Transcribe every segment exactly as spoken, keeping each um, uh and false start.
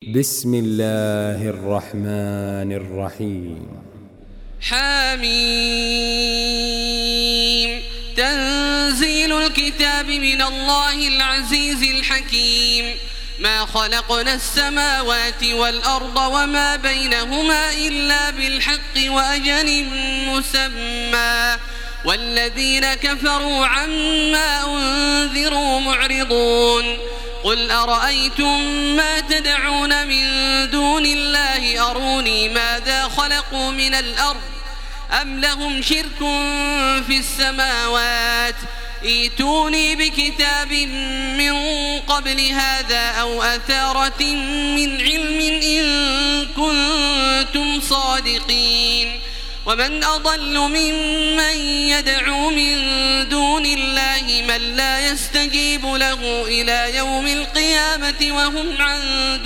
بسم الله الرحمن الرحيم. حميم. تنزيل الكتاب من الله العزيز الحكيم. ما خلقنا السماوات والأرض وما بينهما إلا بالحق وأجل مسمى والذين كفروا عما أنذروا معرضون. قل أرأيتم ما تدعون من دون الله أروني ماذا خلقوا من الأرض أم لهم شرك في السماوات ائتوني بكتاب من قبل هذا أو أثارة من علم إن كنتم صادقين. ومن أضل ممن يدعو من دون الله من لا يستجيب له إلى يوم القيامة وهم عن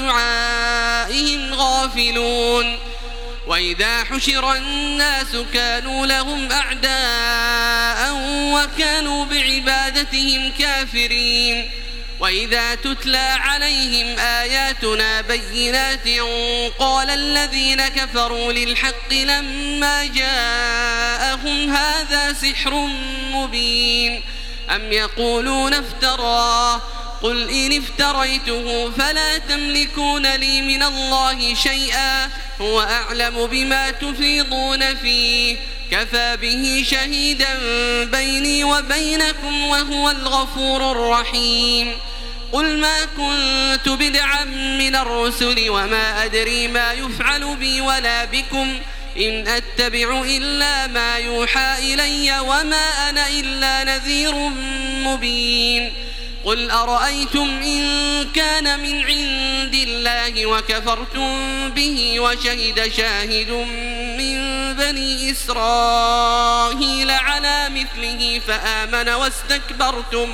دعائهم غافلون. وإذا حشر الناس كانوا لهم أعداء وكانوا بعبادتهم كافرين. وإذا تتلى عليهم آياتنا بينات قال الذين كفروا للحق لما جاءهم هذا سحر مبين أم يقولون افتراه قل إن افتريته فلا تملكون لي من الله شيئا هو أعلم بما تفيضون فيه كفى به شهيدا بيني وبينكم وهو الغفور الرحيم. قل ما كنت بدعا من الرسل وما أدري ما يفعل بي ولا بكم إن أتبع إلا ما يوحى إلي وما أنا إلا نذير مبين. قل أرأيتم إن كان من عند الله وكفرتم به وشهد شاهد من بني إسرائيل على مثله فآمن واستكبرتم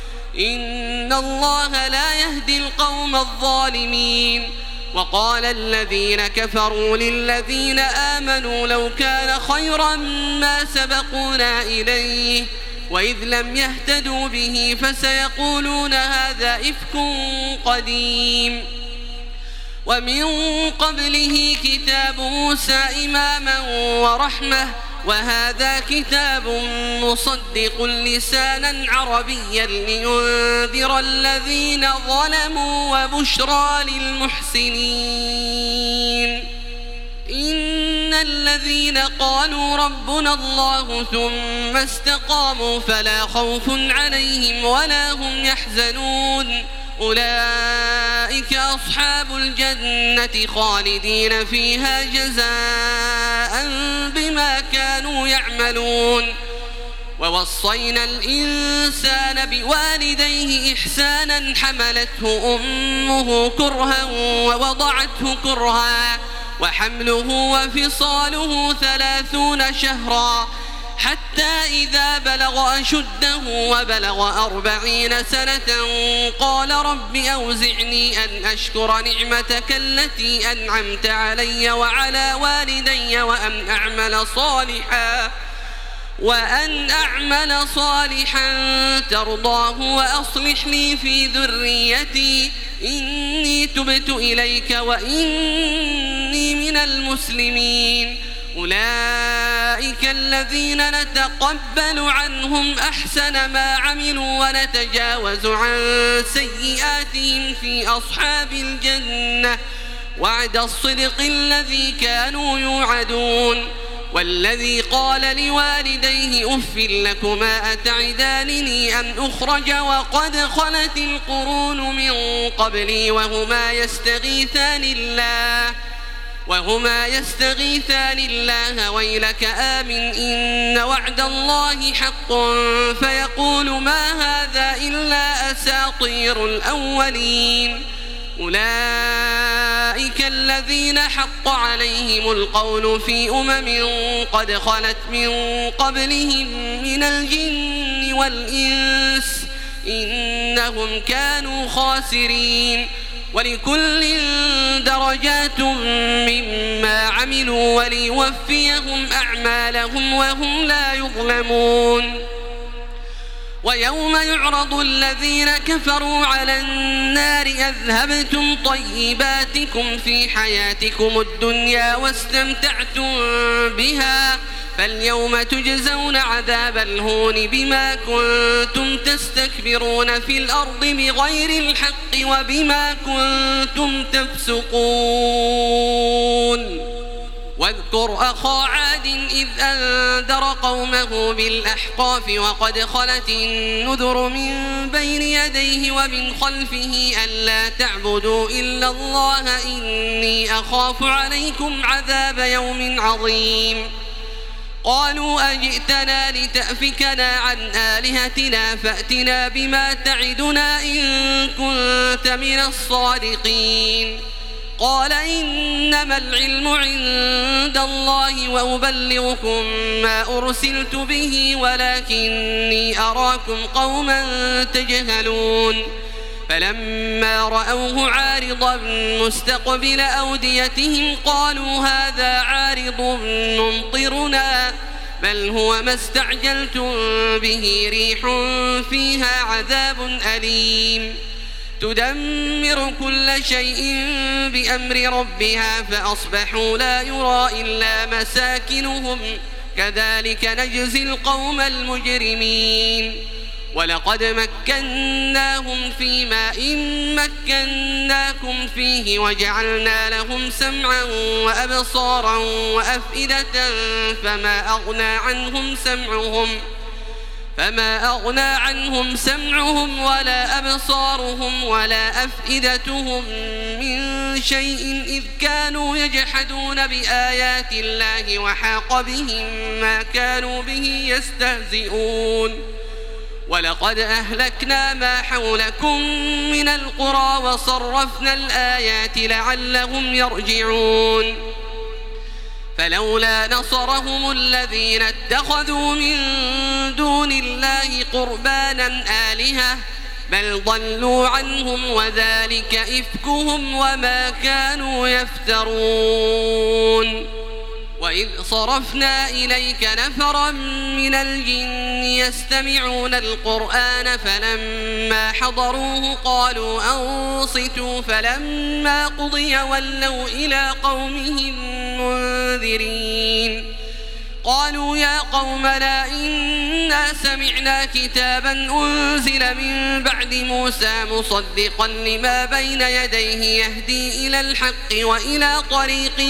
إن الله لا يهدي القوم الظالمين. وقال الذين كفروا للذين آمنوا لو كان خيرا ما سبقونا إليه وإذ لم يهتدوا به فسيقولون هذا إفك قديم. ومن قبله كتاب موسى إماما ورحمة وهذا كتاب مصدق لسانا عربيا لينذر الذين ظلموا وبشرى للمحسنين. إن الذين قالوا ربنا الله ثم استقاموا فلا خوف عليهم ولا هم يحزنون أولئك أصحاب الجنة خالدين فيها جزاء بما كانوا يعملون. ووصينا الإنسان بوالديه إحسانا حملته أمه كرها ووضعته كرها وحمله وفصاله ثلاثون شهرا حتى إذا بلغ أشده وبلغ أربعين سنة قال رب أوزعني أن أشكر نعمتك التي أنعمت علي وعلى والدي وأن أعمل صالحا وأن أعمل صالحا ترضاه وأصلح لي في ذريتي إني تبت إليك وإني من المسلمين. أولئك الذين نتقبل عنهم أحسن ما عملوا ونتجاوز عن سيئاتهم في أصحاب الجنة وعد الصدق الذي كانوا يوعدون. والذي قال لوالديه أف لكما أتعدانني أن أخرج وقد خلت القرون من قبلي وهما يستغيثان الله وهما يستغيثان الله ويلك آمن إن وعد الله حق فيقول ما هذا إلا أساطير الأولين. أولئك الذين حق عليهم القول في أمم قد خلت من قبلهم من الجن والإنس إنهم كانوا خاسرين. ولكل درجات مما عملوا وليوفيهم أعمالهم وهم لا يظلمون. ويوم يعرض الذين كفروا على النار أذهبتم طيباتكم آلهتكم في حياتكم الدنيا واستمتعتم بها فاليوم تجزون عذاب الهون بما كنتم تستكبرون في الأرض بغير الحق وبما كنتم تفسقون واذكر أخا عاد إذ أنذر قومه بالأحقاف وقد خلت النذر من بين يديه ومن خلفه ألا تعبدوا إلا الله إني أخاف عليكم عذاب يوم عظيم قالوا أجئتنا لتأفكنا عن آلهتنا فأتنا بما تعدنا إن كنت من الصادقين قال إنما العلم عند الله وأبلغكم ما أرسلت به ولكني أراكم قوما تجهلون فلما رأوه عارضا مستقبل أوديتهم قالوا هذا عارض ممطرنا بل هو ما استعجلتم به ريح فيها عذاب أليم تدمر كل شيء بأمر ربها فأصبحوا لا يرى إلا مساكنهم كذلك نجزي القوم المجرمين ولقد مكناهم في ماء مكناكم فيه وجعلنا لهم سمعا وأبصارا وأفئدة فما أغنى عنهم سمعهم فما أغنى عنهم سمعهم ولا أبصارهم ولا أفئدتهم من شيء إذ كانوا يجحدون بآيات الله وحاق بهم ما كانوا به يستهزئون ولقد أهلكنا ما حولكم من القرى وصرفنا الآيات لعلهم يرجعون فلولا نصرهم الذين اتخذوا من دون الله قربانا آلهة بل ضلوا عنهم وذلك إفكهم وما كانوا يفترون وإذ صرفنا إليك نفرا من الجن يستمعون القرآن فلما حضروه قالوا أنصتوا فلما قضي ولوا إلى قومهم منذرين قالوا يا قومنا إنا سمعنا كتابا أنزل من بعد موسى مصدقا لما بين يديه يهدي إلى الحق وإلى طريق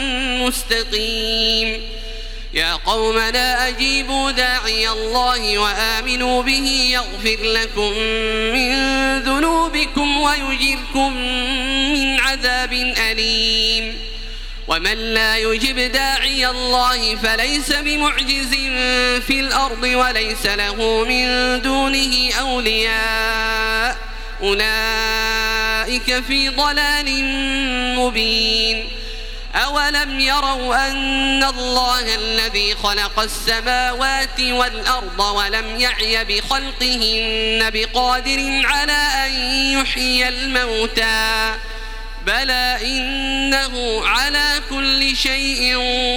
مستقيم يا قومنا أجيبوا داعي الله وآمنوا به يغفر لكم من ذنوبكم ويجركم من عذاب أليم ومن لا يجب داعي الله فليس بمعجز في الأرض وليس له من دونه أولياء أولئك في ضلال مبين أولم يروا أن الله الذي خلق السماوات والأرض ولم يعي بخلقهن بقادر على أن يحيي الموتى بلى إنه على كل شيء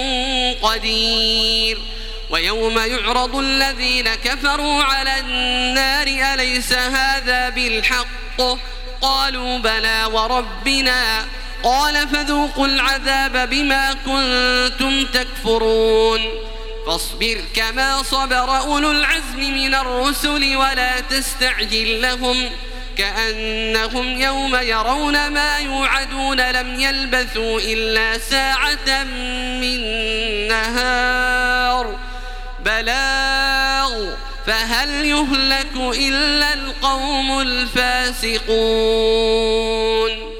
قدير ويوم يعرض الذين كفروا على النار أليس هذا بالحق قالوا بلى وربنا قال فذوقوا العذاب بما كنتم تكفرون فاصبر كما صبر أولو العزم من الرسل ولا تستعجل لهم كأنهم يوم يرون ما يوعدون لم يلبثوا إلا ساعة من نهار بلاغ فهل يهلك إلا القوم الفاسقون